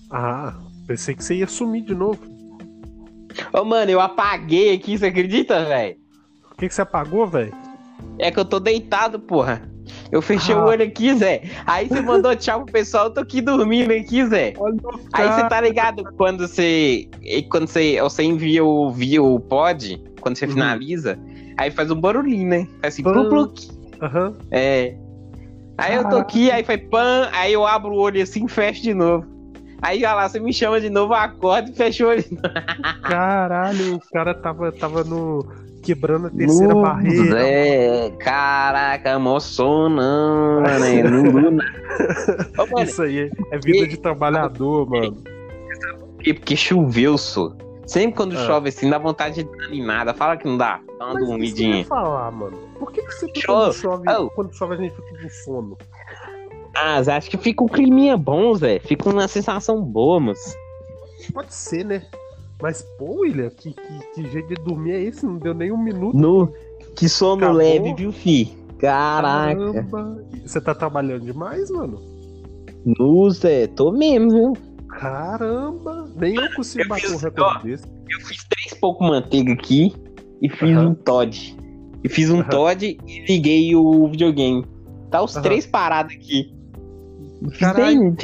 Ah, pensei que você ia sumir de novo. Ô, mano, eu apaguei aqui, você acredita, velho? O que você apagou, velho? É que eu tô deitado, porra. Eu fechei o Ah, olho aqui, Zé. Aí você mandou tchau pro pessoal, eu tô aqui dormindo aqui, Zé. olha o Aí você cara. tá ligado quando você envia o pod, quando você Uhum. finaliza, aí faz um barulhinho, né? Faz assim, plum, Pã. plum. Aham. É. Aí eu tô aqui, Caralho. aí faz pan, aí eu abro o olho assim e fecho de novo. Aí olha lá, você me chama de novo, eu acordo e fecho o olho. Caralho, o cara tava no quebrando a terceira Luz, barreira, mano. caraca, emocionando, mano. No nada. Ô, mano, Isso aí é vida de e, trabalhador, mano. porque choveu, só. Sempre quando Ah, chove assim, dá vontade de dar nada. Fala que não dá. Dá uma mas isso que eu ia dormidinha. falar, mano. Por que sempre Show. Oh. quando chove a gente fica com sono? Ah, Zé, acho que fica um climinha bom, Zé. Fica uma sensação boa, moço. Pode ser, né? Mas, pô, William, que jeito de dormir é esse? Não deu nem um minuto No, que que sono leve, acabou. viu, fi? Caraca. Caramba. Você tá trabalhando demais, mano? No, Zé, tô mesmo, viu? Caramba. Nem eu consigo Eu bater um fiz, recorde ó, desse. eu fiz 3 pouco manteiga aqui e fiz um Aham, Todd. E fiz um aham, Todd e liguei o videogame. Tá os aham. 3 parados aqui. Não fiz Caralho, nem.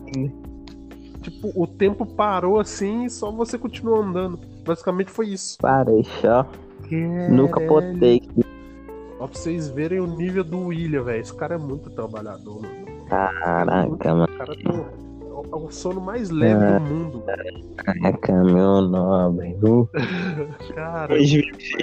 tipo, o tempo parou assim e só você continuou andando. Basicamente foi isso. Parei, ó. Nunca Caralho. potei. Ó, pra vocês verem o nível do William, velho. Esse cara é muito trabalhador, mano. É muito. Caraca, mano. O cara tem o sono mais leve do mundo. Caraca, meu nome. Caramba.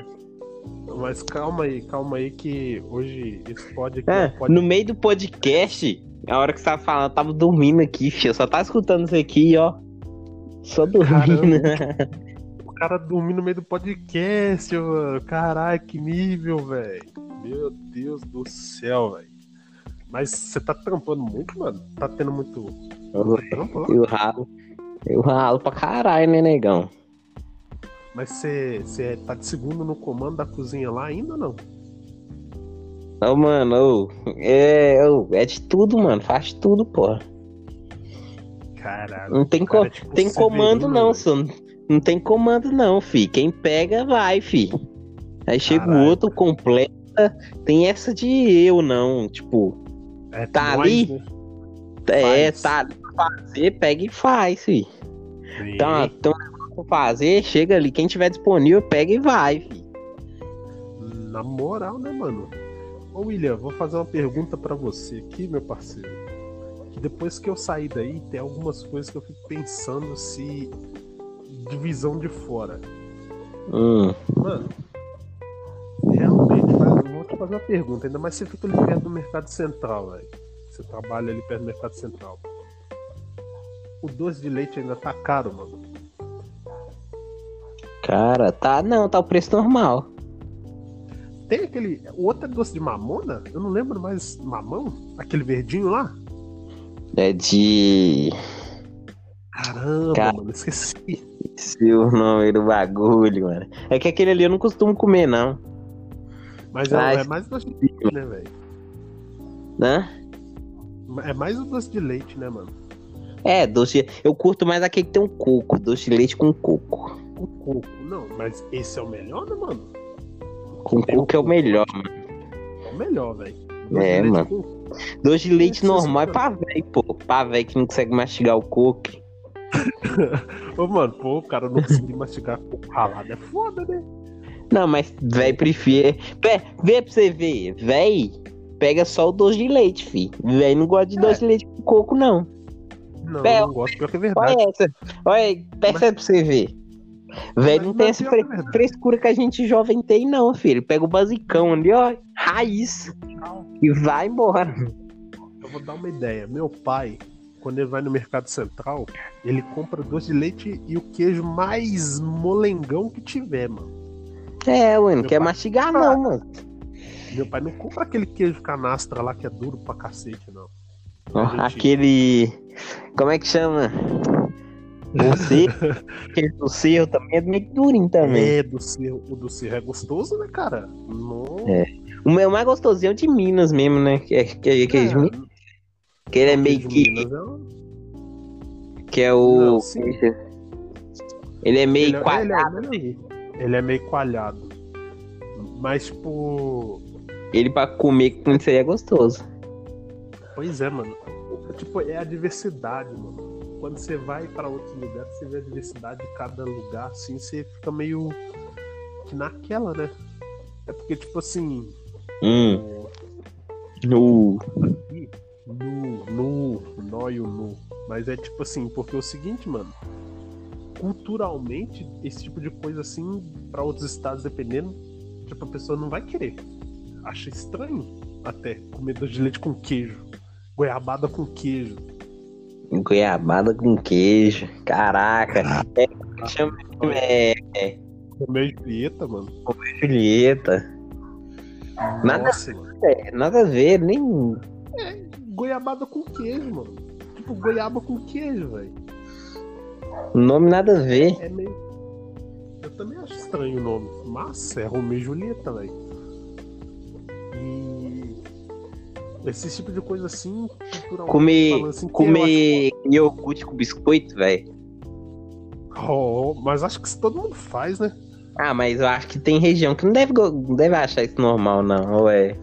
Mas calma aí, que hoje esse pod aqui é um pod. No meio do podcast, a hora que você tava falando, eu tava dormindo aqui, filho. Eu só tava escutando isso aqui, ó. Só dormindo. Caramba, o cara dormindo no meio do podcast, mano. Caralho, que nível, velho. Meu Deus do céu, velho. Mas você tá trampando muito, mano? Tá tendo muito trampo lá? Eu ralo. Eu ralo pra caralho, né, negão? Mas você tá de segundo no comando da cozinha lá ainda ou não? Ô, mano, é de tudo, mano. Faz de tudo, porra. Caralho, Não tem, o cara é tipo tem comando, Severino, não, velho. só. Não tem comando, não, fi. Quem pega, vai, fi. Aí chega o Caralho. outro, completa. Tem essa de eu, não. Tipo, É tá nóis, ali? né? Faz. Tá ali pra fazer, pega e faz, fi. Então, Sim. tem um negócio pra fazer, chega ali. Quem tiver disponível, pega e vai, fi. Na moral, né, mano? Ô, William, vou fazer uma pergunta pra você aqui, meu parceiro. Que depois que eu sair daí, tem algumas coisas que eu fico pensando se de visão de fora. Hum. Mano, realmente, mas eu vou te fazer uma pergunta, ainda mais se você fica ali perto do Mercado Central, velho. Você trabalha ali perto do Mercado Central. O doce de leite ainda tá caro, mano. Cara, tá. Não, tá o preço normal. Tem aquele. O outro é doce de mamona? Eu não lembro mais. Mamão? Aquele verdinho lá? É de. Caramba, Cara, mano, esqueci. esqueci o nome do bagulho, mano. É que aquele ali eu não costumo comer, não. Mas Ah, é mais doce de leite, né, velho? né? É mais o doce de leite, né, mano? É, doce. Eu curto mais aquele que tem um coco. Doce de leite com coco. O coco. Não, mas esse é o melhor, né, mano? Com Tem o coco é o coco, melhor. é o melhor, velho. Doce É, de leite mano. com. Doce de leite Nossa normal é senhora. pra velho, pô. Pra velho que não consegue mastigar o coco. Ô, mano, pô, o cara não conseguir mastigar coco ralado é foda, né? Não, mas velho prefere. Vê pra você ver. Velho pega só o doce de leite, fi. Velho não gosta de doce de leite com coco, não. Não, Vé, não gosto, pior que é olha verdade. essa. Olha aí, percebe pra você ver. Velho não tem essa Pior que é verdade. frescura que a gente jovem tem, não, filho. Pega o basicão ali, ó. Raiz. E vai embora. Eu vou dar uma ideia. Meu pai, quando ele vai no Mercado Central, ele compra doce de leite e o queijo mais molengão que tiver, mano. É, ué, não Meu quer pai- mastigar, não, mano. Meu pai não compra aquele queijo canastra lá que é duro pra cacete, não. Ó, A gente- aquele. Como é que chama? Você, aquele do seu também é meio durinho também. É, o do Cerro é gostoso, né, cara? Não. É. O meu mais gostosinho é o de Minas mesmo, né? Que é de Minas. Que ele é meio queijo que. Minas é um- Que é Não, o. sim. Ele é meio Ele quadrado. ele é meio coalhado. Mas, tipo. Ele pra comer com isso aí é gostoso. Pois é, mano. Tipo, é a diversidade, mano. Quando você vai pra outros lugares, você vê a diversidade de cada lugar, assim, você fica meio que naquela, né? É porque, tipo assim. No. Aqui, nó e o nu. Mas é tipo assim, porque é o seguinte, mano. Culturalmente, esse tipo de coisa assim, pra outros estados, dependendo, tipo, a pessoa não vai querer. Acha estranho até comer doce de leite com queijo. Goiabada com queijo. Goiabada com queijo. Caraca. Chama. Comer Julieta, mano. Julieta. Nossa, mano. Nada a ver, nem. Goiabada com queijo, mano. Tipo, goiaba com queijo, velho. Nome nada a ver. É meio. Eu também acho estranho o nome. Mas é Romeu e Julieta, velho. E. Esse tipo de coisa assim, culturalmente falando assim, Comer iogurte com biscoito, velho. Mas acho que isso todo mundo faz, né? Ah, mas eu acho que tem região que não deve achar isso normal, não. Ou é?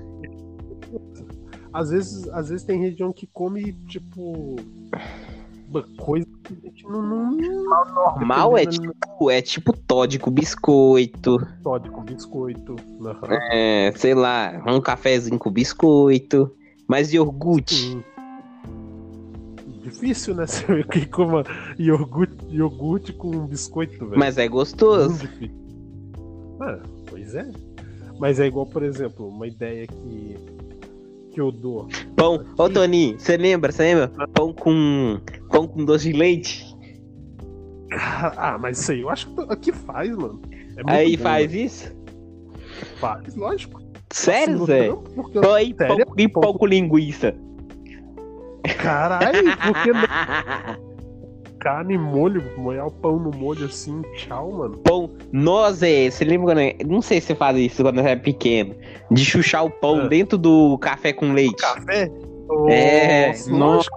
Às vezes tem região que come, tipo. Uma coisa que a gente não. Normal é tipo Toddy com biscoito. Toddy com biscoito. É, sei lá, um cafezinho com biscoito. Mas iogurte. Difícil, né? Você vê quem coma iogurte com biscoito, velho. Mas é gostoso. Muito difícil. Pois é. Mas é igual, por exemplo, uma ideia que eu dou. Pão. Ô, Toninho, você lembra? Pão com doce de leite? Mas isso aí eu acho que aqui faz, mano. É muito Aí bom, faz mano. isso? Faz, lógico. Sério, Assim, Zé? Pão com linguiça. Caralho, porque carne e molho, molhar o pão no molho assim, tchau, mano. Pão, nossa, você lembra quando não sei se você faz isso quando você era pequeno, de chuchar o pão dentro do café com leite. Café? Nossa.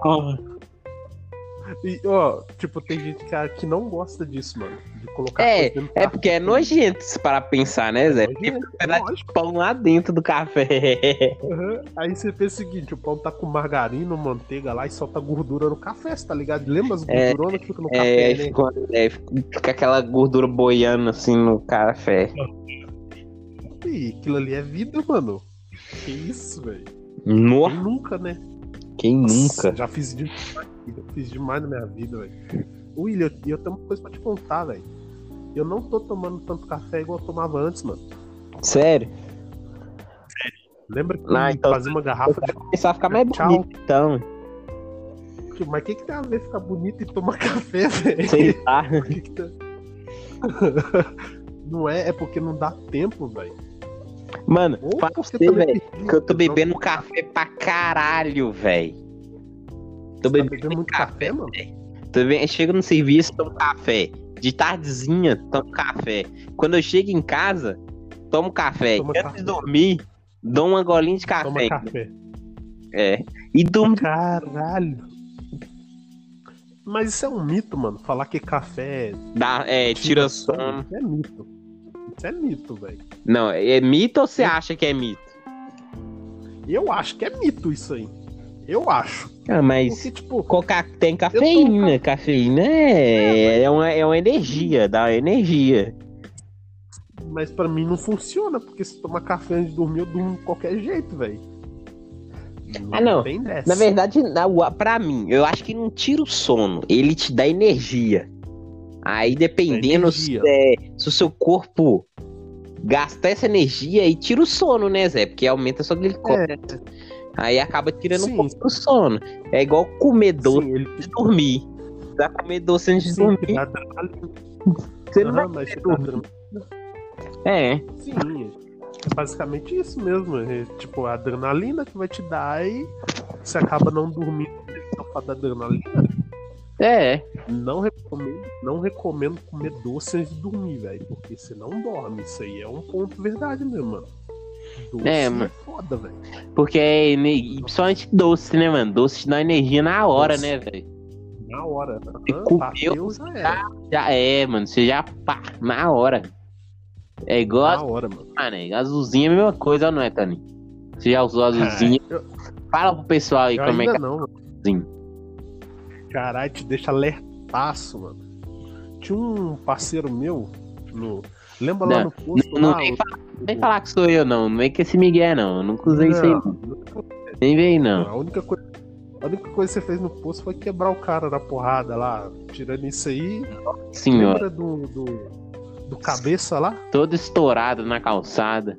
E, tipo, tem gente que não gosta disso, mano. De colocar coisa dentro do café. Porque é nojento se parar pra pensar, né, Zé? Porque um pedaço de pão lá dentro do café. Aí você pensa o seguinte, o pão tá com margarina, manteiga lá e solta gordura no café, você tá ligado? Lembra as gorduronas que ficam no café, né? Fica aquela gordura boiando assim no café. Ih, aquilo ali é vida, mano. Que isso, velho? Quem nunca, né? Quem nunca? Já fiz demais na minha vida, velho. William, eu tenho uma coisa pra te contar, velho. Eu não tô tomando tanto café igual eu tomava antes, mano. Sério? Lembra que fazia uma garrafa de... Começar a ficar mais bonito, então. Mas o que tem a ver ficar bonito e tomar café, velho? Sei lá. Não é porque não dá tempo, velho. Mano, fala pra você, velho, que eu tô bebendo café pra caralho, velho. Tô bebendo muito café, mano? Chego no serviço, tomo café. De tardezinha, tomo café. Quando eu chego em casa, tomo café. Antes de dormir, dou uma golinha de café. Toma café. E durmo. Caralho. Mas isso é um mito, mano. Falar que café tira sono. Isso é mito. Isso é mito, velho. Não, é mito ou você acha que é mito? Eu acho que é mito isso aí. Eu acho. Mas porque, tipo, tem cafeína. Cafeína é uma energia, dá energia. Mas pra mim não funciona, porque se tomar café antes de dormir, eu durmo de qualquer jeito, velho. Não. Na verdade, pra mim, eu acho que não tira o sono. Ele te dá energia. Aí dependendo se o seu corpo gastar essa energia e tira o sono, né, Zé? Porque aumenta a sua glicose. Aí acaba tirando um pouco do sono. É igual comer doce antes de dormir. Você vai comer doce antes de dormir. Você não vai comer dormir. Sim, é basicamente isso mesmo. É tipo a adrenalina que vai te dar e você acaba não dormindo por da adrenalina. Não recomendo comer doce antes de dormir, velho. Porque você não dorme. Isso aí é um ponto verdade mesmo, mano. Doce é foda, velho. Porque principalmente doce, né, mano? Doce te dá energia na hora, né, velho? Na hora. Bateu, já é, mano. Você já pá, na hora. É igual. Na hora, mano. Azulzinha é a mesma coisa, não é, Tani? Você já usou azulzinha? Fala pro pessoal aí como é que é. Não, azulzinho. Caralho, te deixa alertaço, mano. Tinha um parceiro meu lembra lá no posto? Não vem falar que sou eu, não. Não vem que esse Miguel, não. Eu nunca usei isso aí, não. Nem vem, não. A única coisa que você fez no posto foi quebrar o cara na porrada lá. Tirando isso aí. Senhora. Lembra do cabeça lá? Todo estourado na calçada.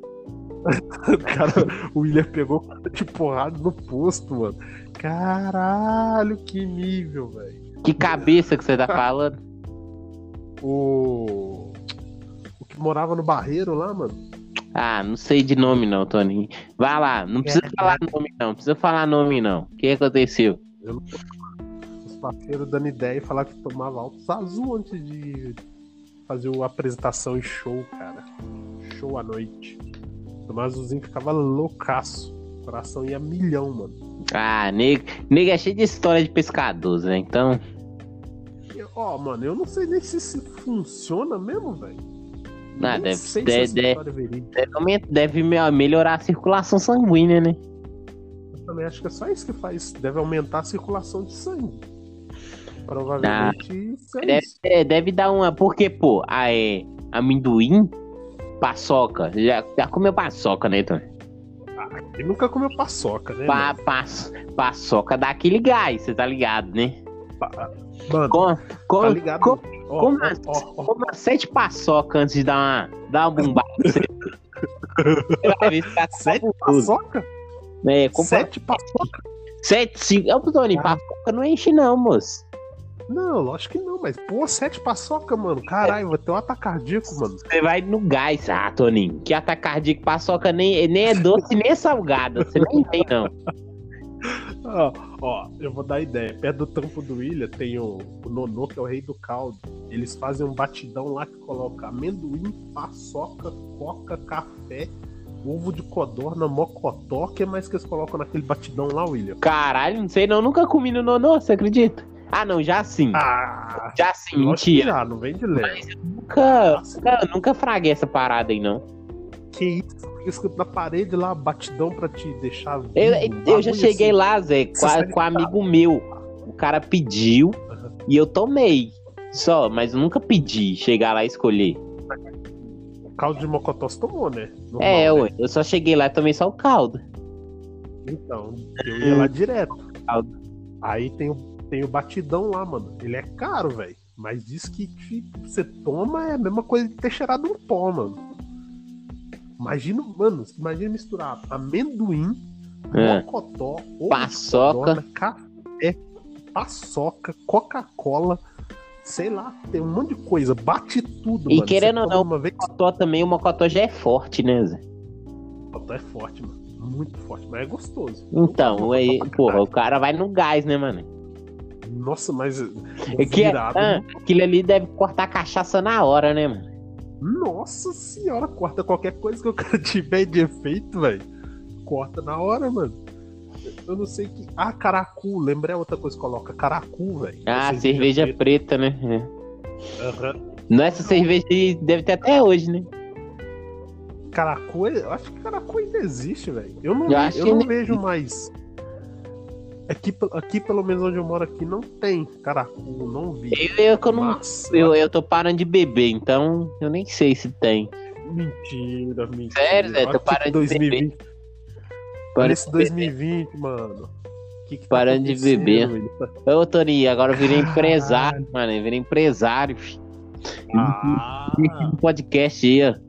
O William pegou de porrada no posto, mano. Caralho, que nível, velho. Que cabeça que você tá falando? O que morava no Barreiro lá, mano. Ah, não sei de nome não, Tony. Vai lá, não precisa falar nome não. Precisa falar nome não. O que aconteceu? Os parceiros dando ideia e falar que tomava altos azul antes de fazer a apresentação e show, cara. Show à noite. Tomar azulzinho ficava loucaço. O coração ia milhão, mano. Ah, nego é cheio de história de pescadores, né? Então. Mano, eu não sei nem se funciona mesmo, velho. Ah, deve melhorar a circulação sanguínea, né? Eu também acho que é só isso que faz. Deve aumentar a circulação de sangue. Provavelmente isso é isso. Deve dar uma. Porque, pô, amendoim, paçoca. Já comeu paçoca, né, Tony? Ele nunca comeu paçoca, né? Paçoca dá aquele gás, você tá ligado, né? Mano, tá ligado? Coma 7 paçoca antes de dar uma bombada. Você vai ver se tá 7 paçoca? 7 paçoca? 7, 5. Tony, paçoca não enche, não, moço. Não, lógico que não, mas 7 paçoca, mano. Caralho, vai ter um ataque cardíaco, mano. Você vai no gás, Toninho. Que ataque cardíaco, paçoca nem é doce, nem é salgada. Você nem tem, não. Eu vou dar ideia. Perto do trampo do William tem o Nonô, que é o rei do caldo. Eles fazem um batidão lá que coloca amendoim, paçoca, coca, café, ovo de codorna, mocotó. O que mais que eles colocam naquele batidão lá, William? Caralho, não sei não. Nunca comi no Nonô, você acredita? Ah, não, já sim. Já sim, mentira. Já, não vem de leve. Mas eu nunca fraguei essa parada aí, não. Que isso? Escrito na parede lá, batidão pra te deixar vivo. Eu já cheguei assim, lá, Zé, com um amigo meu. O cara pediu e eu tomei. Só, mas eu nunca pedi chegar lá e escolher. O caldo de mocotó você tomou, né? Normal, né? Eu só cheguei lá e tomei só o caldo. Então, eu ia lá direto. Aí tem o batidão lá, mano. Ele é caro, velho. Mas diz que você toma é a mesma coisa de ter cheirado um pó, mano. Imagina misturar amendoim, mocotó, paçoca, café, paçoca, Coca-Cola, sei lá, tem um monte de coisa, bate tudo, e mano. E querendo ou não, o mocotó já é forte, né, Zé? O mocotó é forte, mano. Muito forte, mas é gostoso. Então, o cara vai no gás, né, mano? Nossa, mas aquilo ali deve cortar cachaça na hora, né, mano? Nossa senhora, corta qualquer coisa que o cara tiver de efeito, velho. Corta na hora, mano. Eu não sei que. Caracu, lembrei outra coisa que coloca. Caracu, velho. Cerveja preta, né? Essa cerveja deve ter até hoje, né? Caracu, eu acho que Caracu ainda existe, velho. Eu não vejo mais. Aqui, pelo menos onde eu moro aqui, não tem Caracu, não vi. Eu tô parando de beber, então eu nem sei se tem. Mentira. Sério, Zé? Tô parando de beber. Olha esse 2020, mano. Que parando de beber. Ô, Tony, agora eu virei empresário, mano. Eu virei empresário. Podcast aí, ó.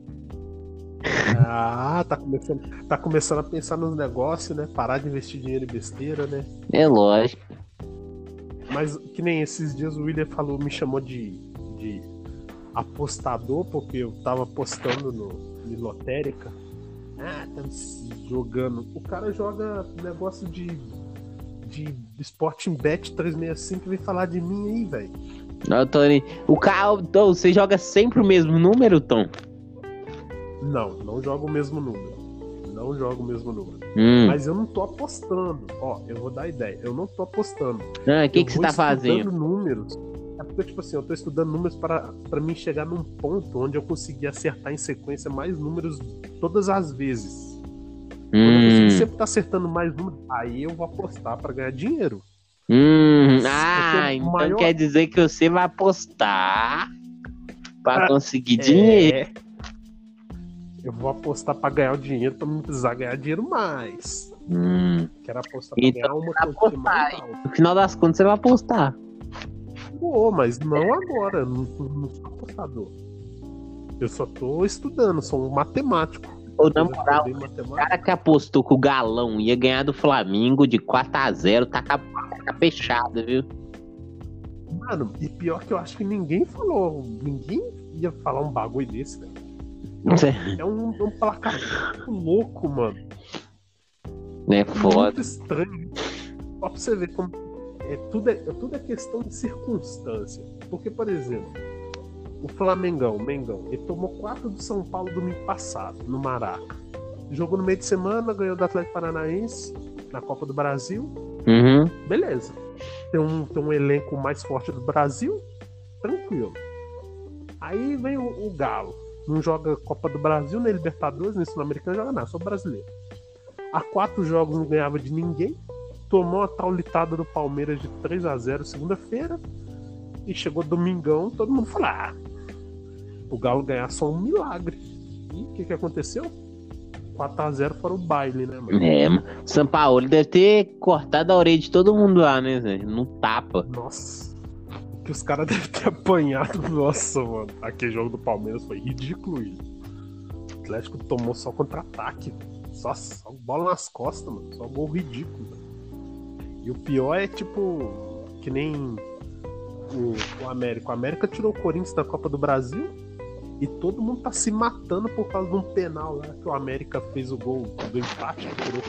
Tá começando a pensar nos negócios, né? Parar de investir dinheiro em besteira, né? É lógico. Mas que nem esses dias o William me chamou de apostador, porque eu tava apostando no lotérica. Tá jogando. O cara joga negócio de Sporting Bet 365 e vem falar de mim aí, velho. Não, Tony. Você joga sempre o mesmo número, Tom? Não jogo o mesmo número. Não jogo o mesmo número. Mas eu não tô apostando. Ó, eu vou dar ideia. Eu não tô apostando. O que você tá fazendo? Números. É porque, tipo assim, eu tô estudando números pra mim chegar num ponto onde eu conseguir acertar em sequência mais números todas as vezes. Quando eu conseguir sempre estar acertando mais números, aí eu vou apostar pra ganhar dinheiro. Então quer dizer que você vai apostar pra conseguir dinheiro. Eu vou apostar pra ganhar o dinheiro pra não precisar ganhar dinheiro mais. Quero apostar pra ganhar uma quantia mais alta. No final das contas, você vai apostar. Pô, mas não agora. Não sou apostador. Eu só tô estudando, sou um matemático. Ô, na moral, o cara que apostou que o Galão ia ganhar do Flamengo de 4-0 tá fechado, viu? Mano, e pior que eu acho que ninguém ia falar um bagulho desse, velho. É um placar louco, mano. É foda. Muito estranho. Só pra você ver como tudo é questão de circunstância. Porque, por exemplo, o Mengão, ele tomou 4 do São Paulo domingo passado, no Maraca. Jogou no meio de semana, ganhou do Atlético Paranaense na Copa do Brasil. Beleza. Tem um elenco mais forte do Brasil, tranquilo. Aí vem o Galo. Não joga Copa do Brasil, nem Libertadores, nem Sul-Americano, joga nada, só brasileiro. Há 4 jogos não ganhava de ninguém. Tomou a taulitada do Palmeiras de 3-0 segunda-feira. E chegou domingão, todo mundo falou: o Galo ganhar só um milagre. E o que aconteceu? 4-0 fora o baile, né, mano? São Paulo deve ter cortado a orelha de todo mundo lá, né, Zé? No tapa. Nossa. Que os caras devem ter apanhado. Nossa, mano. Aquele jogo do Palmeiras foi ridículo. O Atlético tomou só contra-ataque. Só bola nas costas, mano. Só gol ridículo. Mano. E o pior é, tipo, que nem o América. O América tirou o Corinthians da Copa do Brasil e todo mundo tá se matando por causa de um penal lá que o América fez o gol do empate, que tirou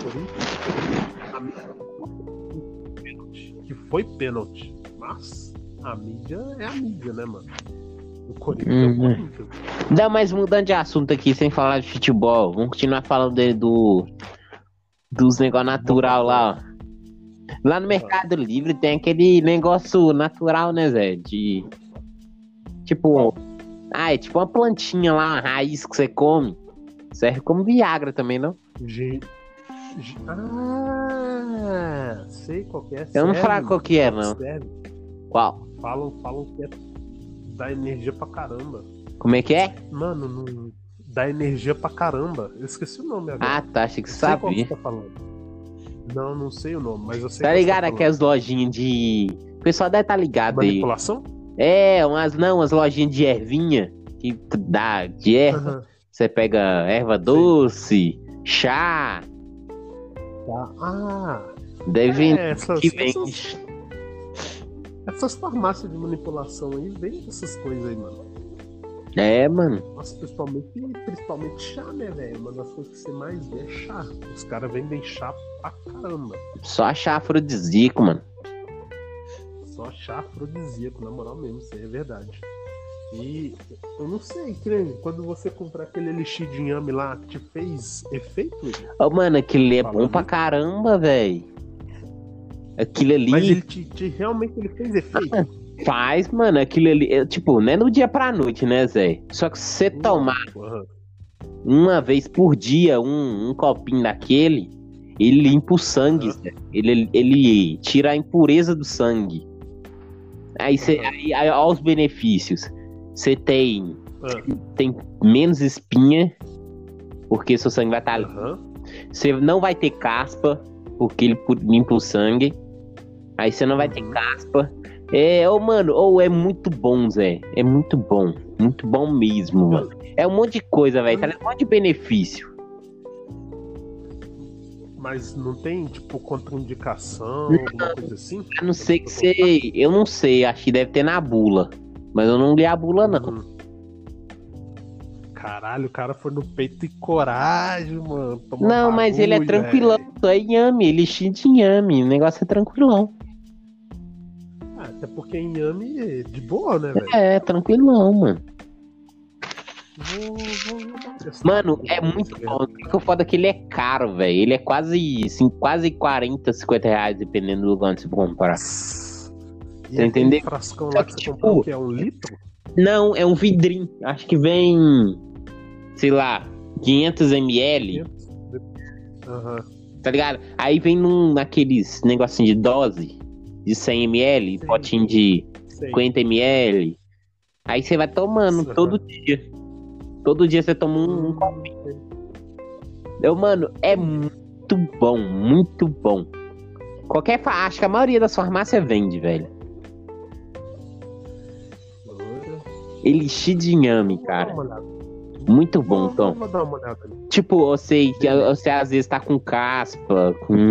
o Corinthians. Que foi pênalti. Mas a mídia é a mídia, né, mano? O Corinthians é o Corinthians. Não, mas mudando de assunto aqui, sem falar de futebol, vamos continuar falando dos negócios natural lá, ó. Lá no Mercado Livre tem aquele negócio natural, né, Zé? De. Tipo. É tipo uma plantinha lá, uma raiz que você come. Serve como Viagra também, não? Sei qual que é. Eu não vou falar qual que é, não. Serve. Qual? Falam que dá energia pra caramba. Como é que é? Mano, dá energia pra caramba. Eu esqueci o nome agora. Tá, achei que você sabia. Qual que você tá falando. Não sei o nome, mas eu sei. Tá ligado aquelas lojinhas de. O pessoal deve estar ligado aí. Manipulação? Umas lojinhas de ervinha que dá de erva. Você pega erva doce, chá. Deve essas farmácias de manipulação aí vendem essas coisas aí, mano. Mano. Nossa, principalmente chá, né, velho? Uma das coisas que você mais vê é chá. Os caras vendem chá pra caramba. Só chá afrodisíaco, mano. Só chá afrodisíaco, na moral mesmo, isso aí é verdade. E eu não sei, quando você comprar aquele elixir de inhame lá, te fez efeito? Mano, aquilo ali é bom pra caramba, velho. Aquilo ali. Mas ele realmente ele fez efeito? Faz, mano, aquilo ali. Tipo, não é no dia pra noite, né, Zé? Só que se você tomar uma vez por dia um copinho daquele, ele limpa o sangue, Zé. Ele tira a impureza do sangue. Aí olha os benefícios. Você tem menos espinha, porque seu sangue vai estar limpo. Você não vai ter caspa, porque ele limpa o sangue. Aí você não vai ter caspa. Mano, é muito bom, Zé. É muito bom. Muito bom mesmo, mano. É um monte de coisa, velho. Tá? Um monte de benefício. Mas não tem, tipo, contraindicação, alguma coisa assim? Eu não sei. Acho que deve ter na bula. Mas eu não li a bula, não. Caralho, o cara foi no peito e coragem, mano. Não, mas ele é tranquilão. Só é inhame, ele é de inhame. O negócio é tranquilão. Até porque inhame é de boa, né, velho? Tranquilão, mano. Mano, é muito bom. O foda é que ele é caro, velho. Ele é quase 40, 50 reais, dependendo do lugar onde você for comprar. Você entendeu? Frascão lá que você comprou, que é 1 litro? Não, é um vidrinho. Acho que vem, sei lá, 500 ml. Tá ligado? Aí vem naqueles negocinho de dose de 100 ml, potinho de 50 ml. Aí você vai tomando todo dia. Todo dia você toma um copinho. Mano, é muito bom, muito bom. Acho que a maioria das farmácias vende, velho. Elixir de inhame, cara. Muito bom, Tom. Vou dar uma olhada ali. Tipo, você às vezes tá com caspa,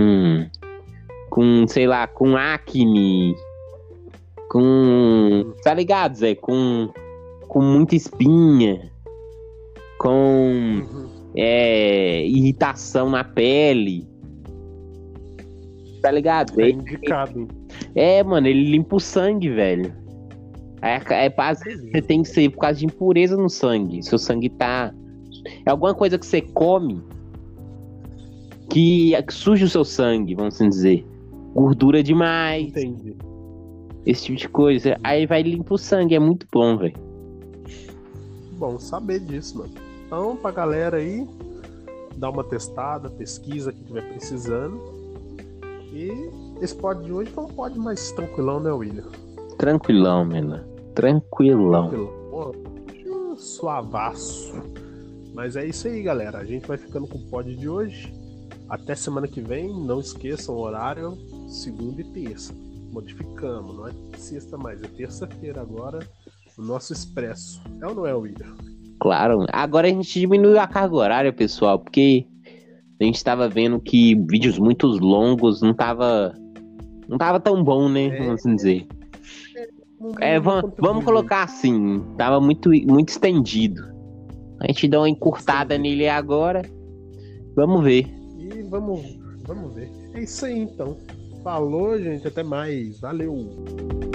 com sei lá, com acne, tá ligado, Zé? Com muita espinha, com irritação na pele, tá ligado? É indicado. Mano, ele limpa o sangue, velho. Você tem que ser por causa de impureza no sangue. Seu sangue tá... É alguma coisa que você come que suja o seu sangue, vamos assim dizer. Gordura demais. Entendi. Esse tipo de coisa. Aí vai limpar o sangue. É muito bom, velho. Bom saber disso, mano. Então, pra galera aí, dá uma testada, pesquisa que tiver precisando. E esse pod de hoje foi um pod mais tranquilão, né, William? Tranquilão, Mela. Tranquilão. Suavaço. Mas é isso aí, galera. A gente vai ficando com o pod de hoje. Até semana que vem. Não esqueçam o horário, segunda e terça. Modificamos, não é sexta mais, é terça-feira agora. O nosso expresso. É ou não é, William? Claro. Agora a gente diminuiu a carga horária, pessoal, porque a gente tava vendo que vídeos muito longos não tava tão bom, né? Vamos assim dizer. Vamos colocar assim, tava muito estendido. A gente dá uma encurtada nele agora. Vamos ver. E vamos ver. É isso aí então. Falou, gente. Até mais. Valeu.